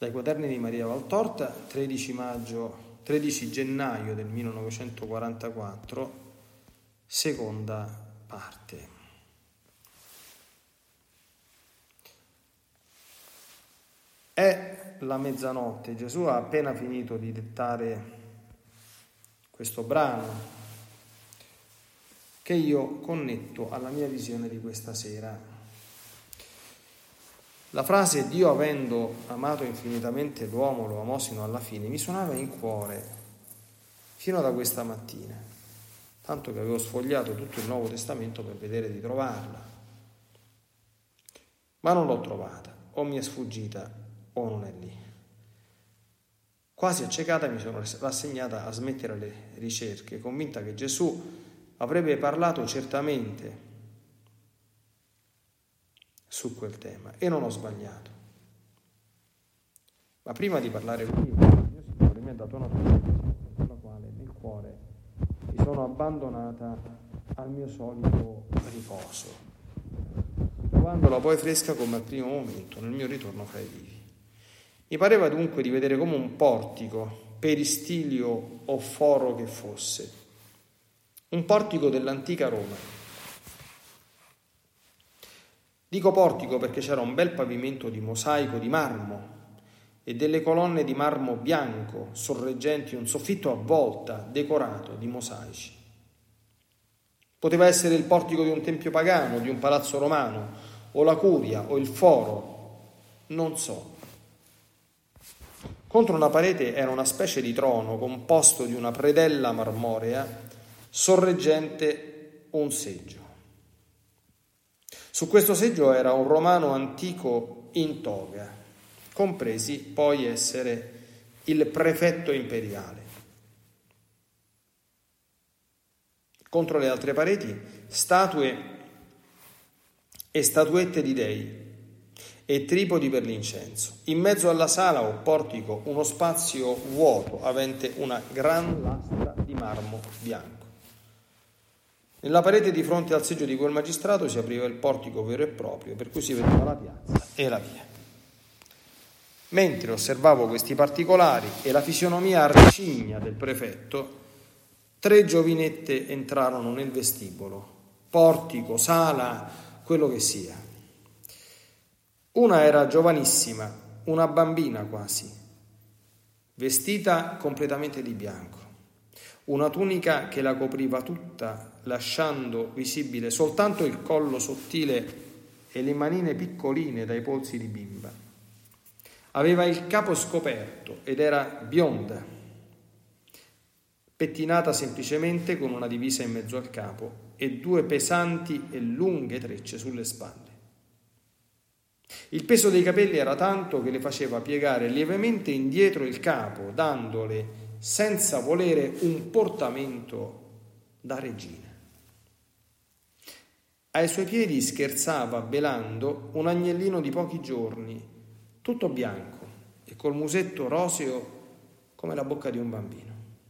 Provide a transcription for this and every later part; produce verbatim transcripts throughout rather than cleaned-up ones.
Dai quaderni di Maria Valtorta, tredici maggio, tredici gennaio del millenovecentoquarantaquattro, seconda parte. È la mezzanotte, Gesù ha appena finito di dettare questo brano che io connetto alla mia visione di questa sera. La frase Dio avendo amato infinitamente l'uomo lo amò sino alla fine mi suonava in cuore fino da questa mattina, tanto che avevo sfogliato tutto il Nuovo Testamento per vedere di trovarla, ma non l'ho trovata, o mi è sfuggita o non è lì. Quasi accecata mi sono rassegnata a smettere le ricerche, convinta che Gesù avrebbe parlato certamente su quel tema, e non ho sbagliato. Ma prima di parlare con Dio, il mio Signore mi ha dato una sorpresa, con la quale nel cuore mi sono abbandonata al mio solito riposo, trovandola poi fresca come al primo momento, nel mio ritorno fra i vivi. Mi pareva dunque di vedere come un portico, peristilio o foro che fosse, un portico dell'antica Roma. Dico portico perché c'era un bel pavimento di mosaico di marmo e delle colonne di marmo bianco sorreggenti un soffitto a volta decorato di mosaici. Poteva essere il portico di un tempio pagano, di un palazzo romano, o la curia, o il foro, non so. Contro una parete era una specie di trono composto di una predella marmorea sorreggente un seggio. Su questo seggio era un romano antico in toga, compresi poi essere il prefetto imperiale. Contro le altre pareti statue e statuette di dei e tripodi per l'incenso. In mezzo alla sala o portico uno spazio vuoto avente una gran lastra di marmo bianco. Nella parete di fronte al seggio di quel magistrato si apriva il portico vero e proprio, per cui si vedeva la piazza e la via. Mentre osservavo questi particolari e la fisionomia arcigna del prefetto, tre giovinette entrarono nel vestibolo, portico, sala, quello che sia. Una era giovanissima, una bambina quasi, vestita completamente di bianco. Una tunica che la copriva tutta, lasciando visibile soltanto il collo sottile e le manine piccoline dai polsi di bimba. Aveva il capo scoperto ed era bionda, pettinata semplicemente con una divisa in mezzo al capo e due pesanti e lunghe trecce sulle spalle. Il peso dei capelli era tanto che le faceva piegare lievemente indietro il capo, dandole senza volere un portamento da regina. Ai suoi piedi scherzava, belando, un agnellino di pochi giorni, tutto bianco e col musetto roseo come la bocca di un bambino.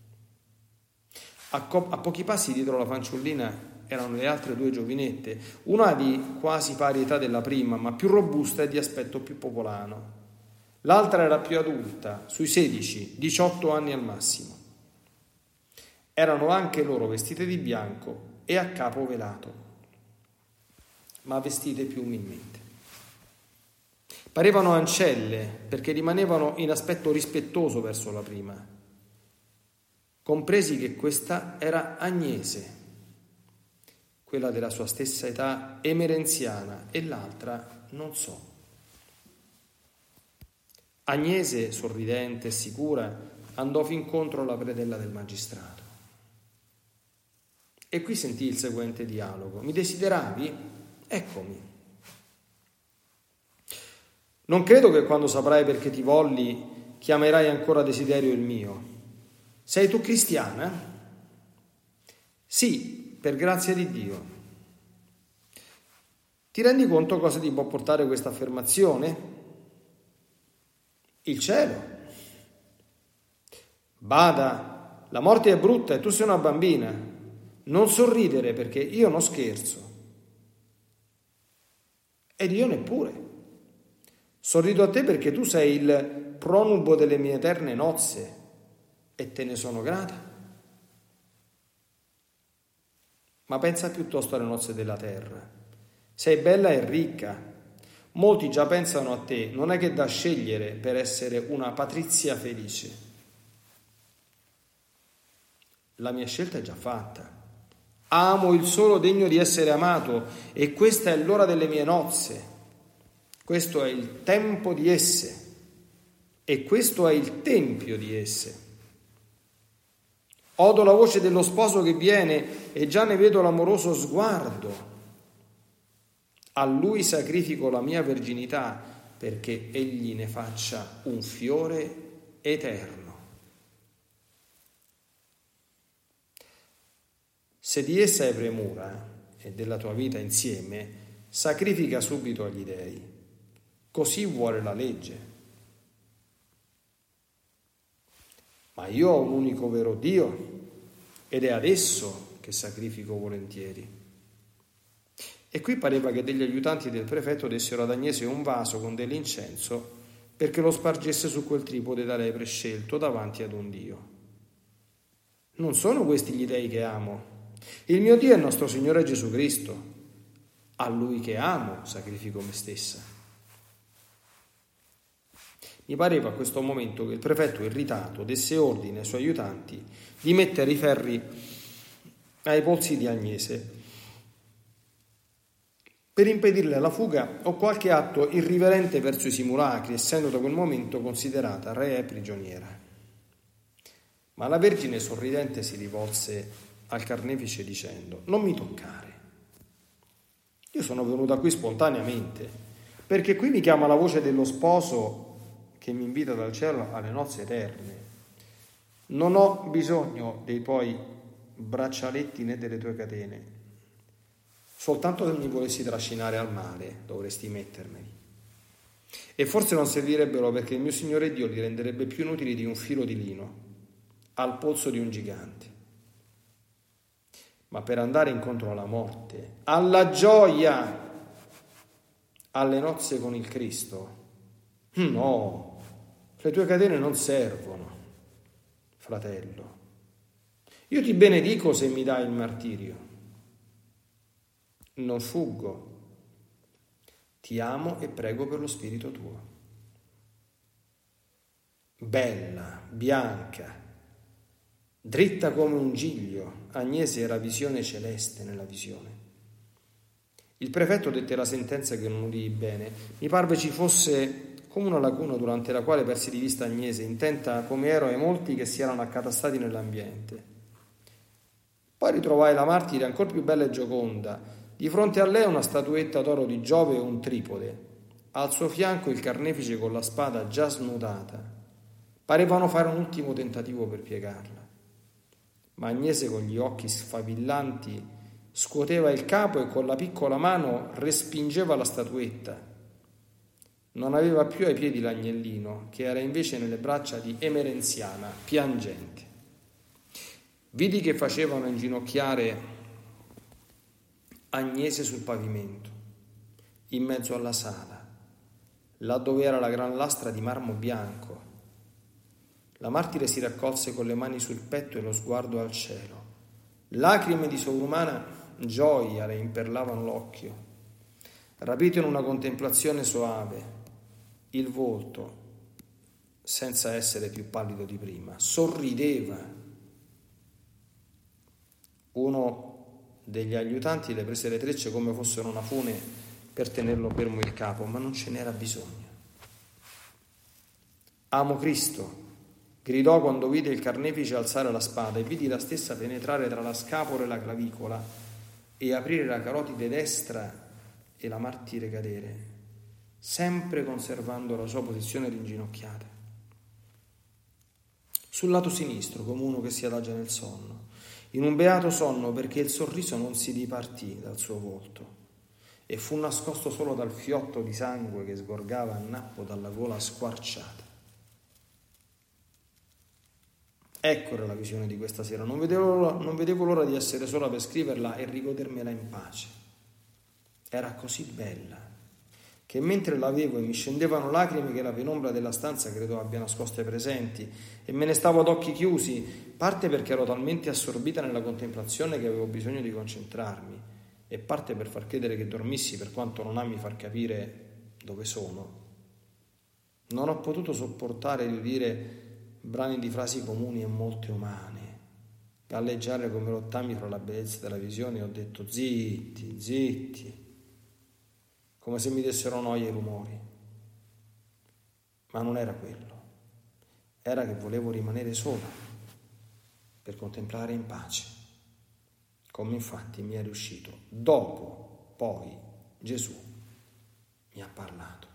A, co- a pochi passi dietro la fanciullina erano le altre due giovinette, una di quasi pari età della prima, ma più robusta e di aspetto più popolano. L'altra era più adulta, sui sedici diciotto anni al massimo. Erano anche loro vestite di bianco e a capo velato, ma vestite più umilmente. Parevano ancelle perché rimanevano in aspetto rispettoso verso la prima, compresi che questa era Agnese, quella della sua stessa età emerenziana, e l'altra non so. Agnese, sorridente e sicura, andò fin contro la predella del magistrato. E qui sentì il seguente dialogo. Mi desideravi? Eccomi. Non credo che quando saprai perché ti volli chiamerai ancora desiderio il mio. Sei tu cristiana? Sì, per grazia di Dio. Ti rendi conto cosa ti può portare questa affermazione? Il cielo. Bada, la morte è brutta e tu sei una bambina. Non sorridere perché io non scherzo. Ed io neppure. Sorrido a te perché tu sei il pronubo delle mie eterne nozze e te ne sono grata. Ma pensa piuttosto alle nozze della terra. Sei bella e ricca. Molti già pensano a te, non è che da scegliere per essere una patrizia felice. La mia scelta è già fatta. Amo il solo degno di essere amato e questa è l'ora delle mie nozze. Questo è il tempo di esse e questo è il tempio di esse. Odo la voce dello sposo che viene e già ne vedo l'amoroso sguardo. A lui sacrifico la mia verginità perché egli ne faccia un fiore eterno. Se di essa hai premura e della tua vita insieme, sacrifica subito agli dèi. Così vuole la legge. Ma io ho un unico vero Dio ed è ad esso che sacrifico volentieri. E qui pareva che degli aiutanti del prefetto dessero ad Agnese un vaso con dell'incenso perché lo spargesse su quel tripode da lei prescelto davanti ad un Dio. Non sono questi gli dèi che amo. Il mio Dio è il nostro Signore Gesù Cristo. A Lui che amo sacrifico me stessa. Mi pareva a questo momento che il prefetto irritato desse ordine ai suoi aiutanti di mettere i ferri ai polsi di Agnese per impedirle la fuga o qualche atto irriverente verso i simulacri, essendo da quel momento considerata re e prigioniera. Ma la Vergine sorridente si rivolse al carnefice dicendo: non mi toccare, io sono venuta qui spontaneamente, perché qui mi chiama la voce dello sposo che mi invita dal cielo alle nozze eterne. Non ho bisogno dei tuoi braccialetti né delle tue catene. Soltanto se mi volessi trascinare al mare dovresti mettermeli. E forse non servirebbero, perché il mio Signore Dio li renderebbe più inutili di un filo di lino al polso di un gigante. Ma per andare incontro alla morte, alla gioia, alle nozze con il Cristo, no, le tue catene non servono, fratello. Io ti benedico se mi dai il martirio. Non fuggo, ti amo e prego per lo spirito tuo. Bella, bianca, dritta come un giglio, Agnese era visione celeste nella visione. Il prefetto dette la sentenza che non udii bene. Mi parve ci fosse come una lacuna durante la quale persi di vista Agnese, intenta come ero ai molti che si erano accatastati nell'ambiente. Poi ritrovai la martire ancor più bella e gioconda. Di fronte a lei una statuetta d'oro di Giove e un tripode. Al suo fianco il carnefice con la spada già snudata. Parevano fare un ultimo tentativo per piegarla. Ma Agnese con gli occhi sfavillanti scuoteva il capo e con la piccola mano respingeva la statuetta. Non aveva più ai piedi l'agnellino, che era invece nelle braccia di Emerenziana, piangente. Vidi che facevano inginocchiare Agnese sul pavimento, in mezzo alla sala, là dove era la gran lastra di marmo bianco. La martire si raccolse con le mani sul petto e lo sguardo al cielo. Lacrime di sovrumana gioia le imperlavano l'occhio. Rapito in una contemplazione soave, il volto, senza essere più pallido di prima, sorrideva. Uno degli aiutanti le prese le trecce come fossero una fune per tenerlo fermo il capo, ma non ce n'era bisogno. Amo Cristo, gridò quando vide il carnefice alzare la spada, e vidi la stessa penetrare tra la scapola e la clavicola e aprire la carotide destra e la martire cadere, sempre conservando la sua posizione ringinocchiata. Sul lato sinistro, come uno che si adagia nel sonno, in un beato sonno, perché il sorriso non si dipartì dal suo volto e fu nascosto solo dal fiotto di sangue che sgorgava a nappo dalla gola squarciata. Ecco era la visione di questa sera. Non vedevo, non vedevo l'ora di essere sola per scriverla e rigodermela in pace. Era così bella che mentre l'avevo e mi scendevano lacrime che la penombra della stanza credo abbia nascosto ai presenti, e me ne stavo ad occhi chiusi, parte perché ero talmente assorbita nella contemplazione che avevo bisogno di concentrarmi, e parte per far credere che dormissi, per quanto non ami far capire dove sono. Non ho potuto sopportare di udire brani di frasi comuni e molte umane, galleggiare come rottami fra la bellezza della visione, e ho detto zitti, zitti, come se mi dessero noia i rumori. Ma non era quello, era che volevo rimanere sola per contemplare in pace, come infatti mi è riuscito dopo poi Gesù mi ha parlato.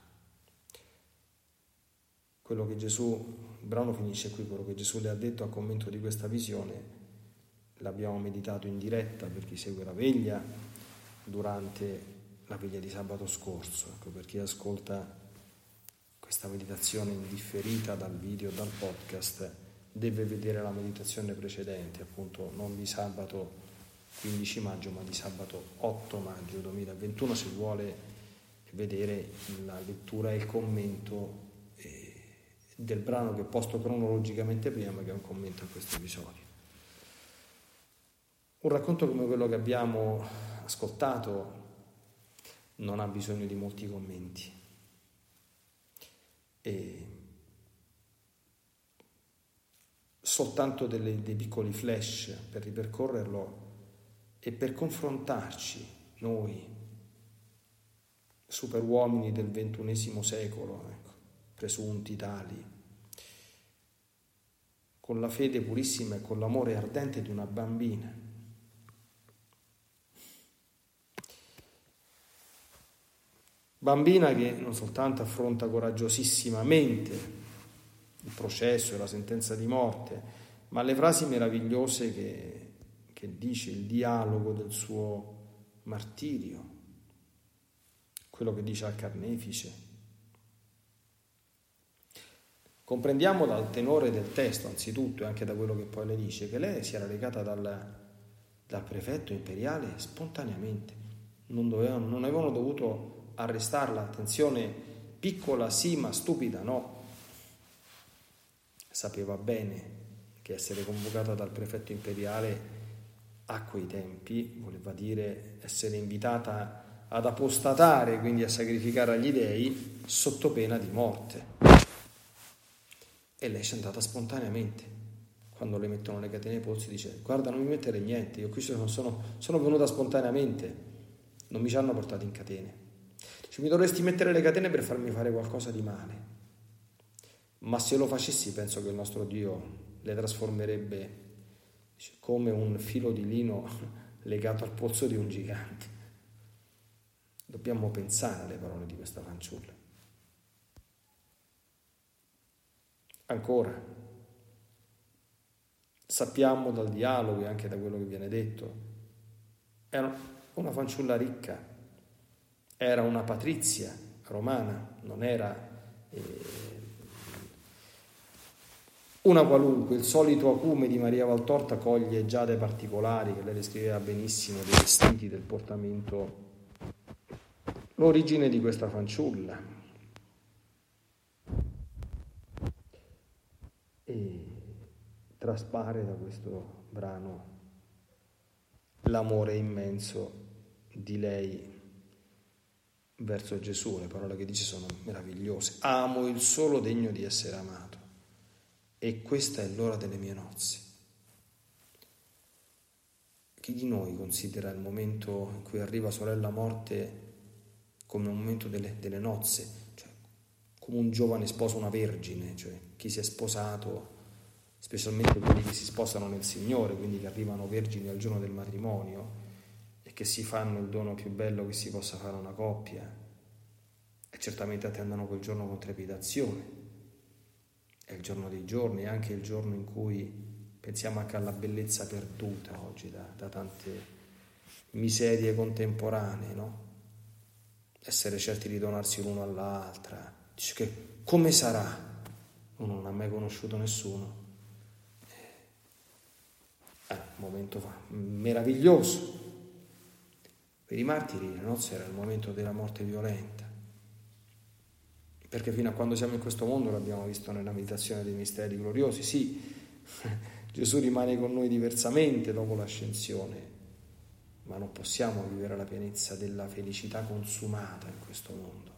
Quello che Gesù, il brano finisce qui, quello che Gesù le ha detto a commento di questa visione l'abbiamo meditato in diretta per chi segue la veglia durante la veglia di sabato scorso. Ecco, per chi ascolta questa meditazione indifferita dal video, dal podcast, deve vedere la meditazione precedente, appunto non di sabato quindici maggio ma di sabato otto maggio duemilaventuno, se vuole vedere la lettura e il commento eh, del brano che ho posto cronologicamente prima, ma che è un commento a questo episodio. Un racconto come quello che abbiamo ascoltato non ha bisogno di molti commenti, e soltanto delle, dei piccoli flash per ripercorrerlo e per confrontarci noi, superuomini del ventunesimo secolo, ecco, presunti tali, con la fede purissima e con l'amore ardente di una bambina. Bambina che non soltanto affronta coraggiosissimamente il processo e la sentenza di morte, ma le frasi meravigliose che, che dice, il dialogo del suo martirio, quello che dice al carnefice. Comprendiamo dal tenore del testo, anzitutto, e anche da quello che poi le dice, che lei si era recata dal, dal prefetto imperiale spontaneamente. Non, dovevano, non avevano dovuto arrestarla, attenzione, piccola sì ma stupida no. Sapeva bene che essere convocata dal prefetto imperiale a quei tempi voleva dire essere invitata ad apostatare, quindi a sacrificare agli dei sotto pena di morte. E lei ci è andata spontaneamente. Quando le mettono le catene ai polsi dice: guarda, non mi mettere niente, io qui sono, sono, sono venuta spontaneamente, non mi ci hanno portato in catene. Cioè, mi dovresti mettere le catene per farmi fare qualcosa di male, ma se lo facessi penso che il nostro Dio le trasformerebbe, dice, come un filo di lino legato al polso di un gigante. Dobbiamo pensare alle parole di questa fanciulla. Ancora, sappiamo dal dialogo e anche da quello che viene detto, era una fanciulla ricca, era una patrizia romana, non era eh, una qualunque. Il solito acume di Maria Valtorta coglie già dai particolari che lei descriveva benissimo, dei vestiti, del portamento, l'origine di questa fanciulla. E traspare da questo brano l'amore immenso di lei verso Gesù. Le parole che dice sono meravigliose: amo il solo degno di essere amato, e questa è l'ora delle mie nozze. Chi di noi considera il momento in cui arriva sorella morte come un momento delle, delle nozze, cioè come un giovane sposa una vergine, cioè chi si è sposato, specialmente quelli che si sposano nel Signore, quindi che arrivano vergini al giorno del matrimonio e che si fanno il dono più bello che si possa fare a una coppia, e certamente attendono quel giorno con trepidazione. È il giorno dei giorni, è anche il giorno in cui pensiamo anche alla bellezza perduta oggi da, da tante miserie contemporanee, no? Essere certi di donarsi l'uno all'altra. Dice che come sarà? Uno non ha mai conosciuto nessuno. Eh, un momento fa, meraviglioso. Per i martiri le nozze era il momento della morte violenta. perché fino a quando siamo in questo mondo, l'abbiamo visto nella meditazione dei misteri gloriosi, sì, Gesù rimane con noi diversamente dopo l'ascensione, ma non possiamo vivere la pienezza della felicità consumata in questo mondo.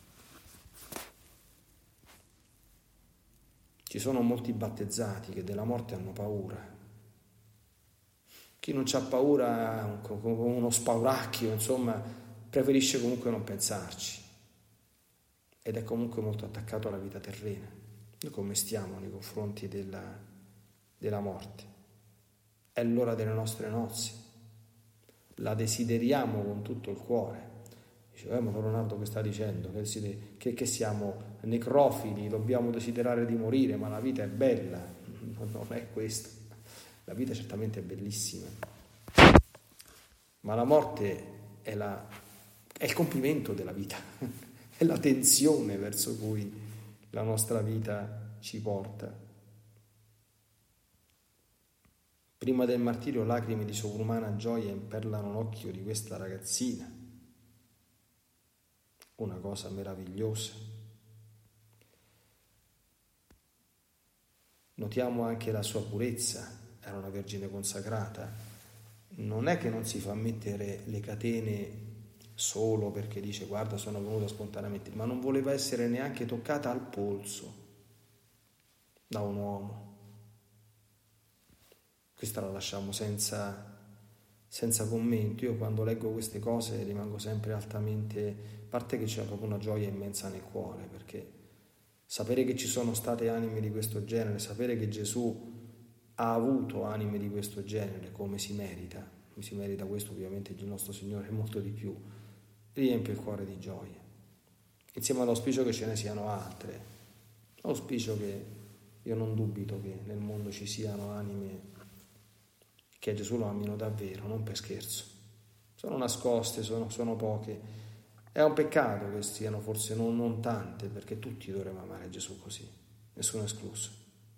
Ci sono molti battezzati che della morte hanno paura. Chi non c'ha paura, con uno spauracchio, insomma, preferisce comunque non pensarci. Ed è comunque molto attaccato alla vita terrena. Noi come stiamo nei confronti della, della morte? È l'ora delle nostre nozze. La desideriamo con tutto il cuore. Dice, eh, ma Leonardo che sta dicendo? Che, che, che siamo necrofili, dobbiamo desiderare di morire, ma la vita è bella. Non è questo. La vita certamente è bellissima, ma la morte è, la, è il compimento della vita, è la tensione verso cui la nostra vita ci porta. Prima del martirio lacrime di sovrumana gioia imperlano l'occhio di questa ragazzina. Una cosa meravigliosa. Notiamo anche la sua purezza. Era una vergine consacrata. Non è che non si fa mettere le catene solo perché dice guarda sono venuta spontaneamente, ma non voleva essere neanche toccata al polso da un uomo. Questa la lasciamo senza, senza commento. Io quando leggo queste cose rimango sempre altamente, a parte che c'è proprio una gioia immensa nel cuore, perché sapere che ci sono state anime di questo genere, sapere che Gesù ha avuto anime di questo genere come si merita, si merita questo ovviamente il nostro Signore e molto di più, riempie il cuore di gioia, insieme all'auspicio che ce ne siano altre, auspicio che io non dubito che nel mondo ci siano anime che Gesù lo amino davvero, non per scherzo, sono nascoste, sono, sono poche, è un peccato che siano forse non, non tante, perché tutti dovremmo amare Gesù così, nessuno escluso.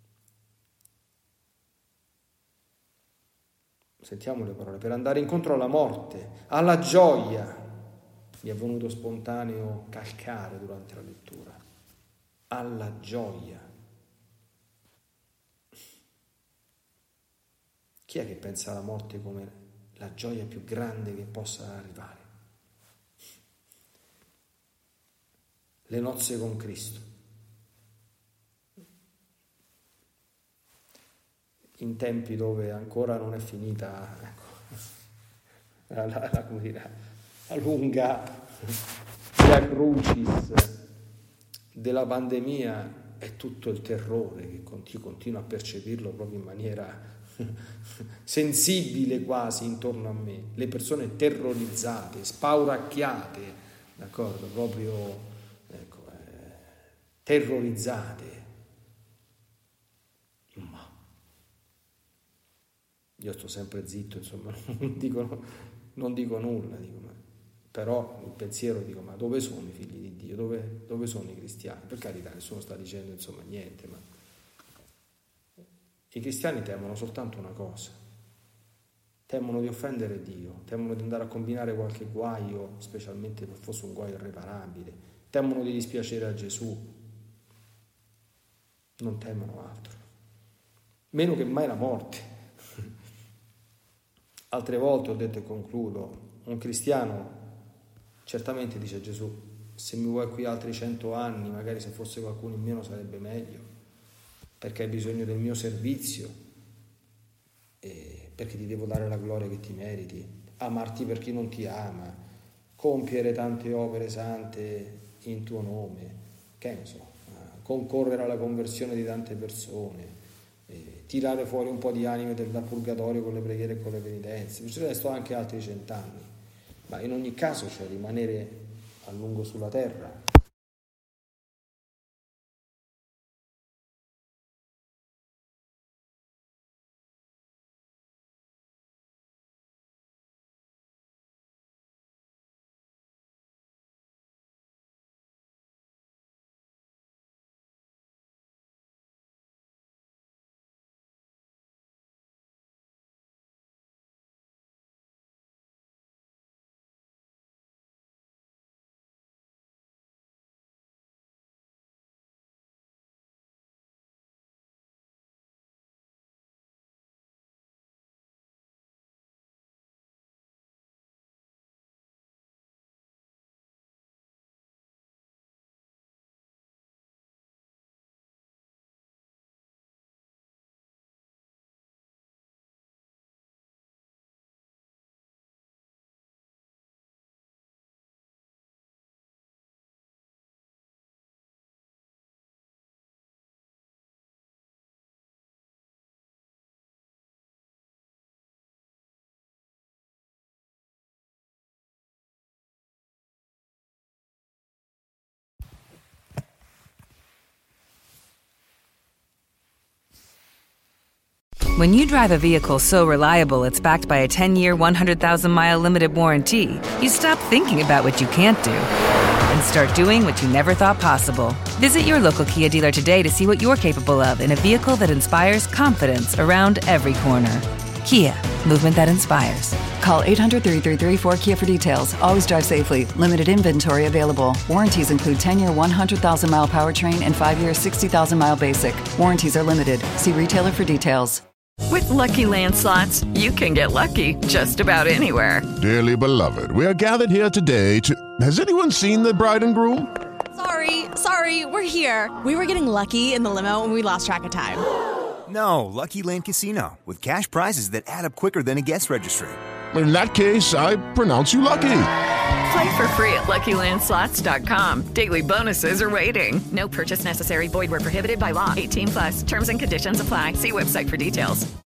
Sentiamo le parole. Per andare incontro alla morte, alla gioia, mi è venuto spontaneo calcare durante la lettura. Alla gioia. Chi è che pensa alla morte come la gioia più grande che possa arrivare? Le nozze con Cristo. In tempi dove ancora non è finita, ecco, la, la, la, come dire, la lunga via crucis della pandemia, è tutto il terrore che io continuo a percepirlo proprio in maniera sensibile quasi intorno a me, le persone terrorizzate, spauracchiate, d'accordo, proprio ecco, eh, terrorizzate. Io sto sempre zitto, insomma, non dico, non dico nulla, dico, ma, però il pensiero dico, ma dove sono i figli di Dio? Dove, dove sono i cristiani? Per carità, nessuno sta dicendo insomma niente, ma i cristiani temono soltanto una cosa, temono di offendere Dio, temono di andare a combinare qualche guaio, specialmente se fosse un guaio irreparabile, temono di dispiacere a Gesù, non temono altro, meno che mai la morte. Altre volte ho detto e concludo, un cristiano certamente dice Gesù, se mi vuoi qui altri cento anni, magari se fosse qualcuno in meno sarebbe meglio, perché hai bisogno del mio servizio, e perché ti devo dare la gloria che ti meriti, amarti per chi non ti ama, compiere tante opere sante in tuo nome, che ne so, concorrere alla conversione di tante persone, tirare fuori un po' di anime dal purgatorio con le preghiere e con le penitenze, ci resto anche altri cent'anni, ma in ogni caso c'è rimanere a lungo sulla terra When you drive a vehicle so reliable it's backed by a ten-year, one hundred thousand mile limited warranty, you stop thinking about what you can't do and start doing what you never thought possible. Visit your local Kia dealer today to see what you're capable of in a vehicle that inspires confidence around every corner. Kia, movement that inspires. Call eight hundred, three three three, four K I A for details. Always drive safely. Limited inventory available. Warranties include ten-year, one hundred thousand mile powertrain and five-year, sixty thousand mile basic. Warranties are limited. See retailer for details. With Lucky Land Slots, you can get lucky just about anywhere. Dearly beloved, we are gathered here today to... Has anyone seen the bride and groom? Sorry, sorry, we're here. We were getting lucky in the limo and we lost track of time. No, Lucky Land Casino, with cash prizes that add up quicker than a guest registry. In that case, I pronounce you lucky. Play for free at Lucky Land Slots dot com. Daily bonuses are waiting. No purchase necessary. Void where prohibited by law. eighteen plus. Terms and conditions apply. See website for details.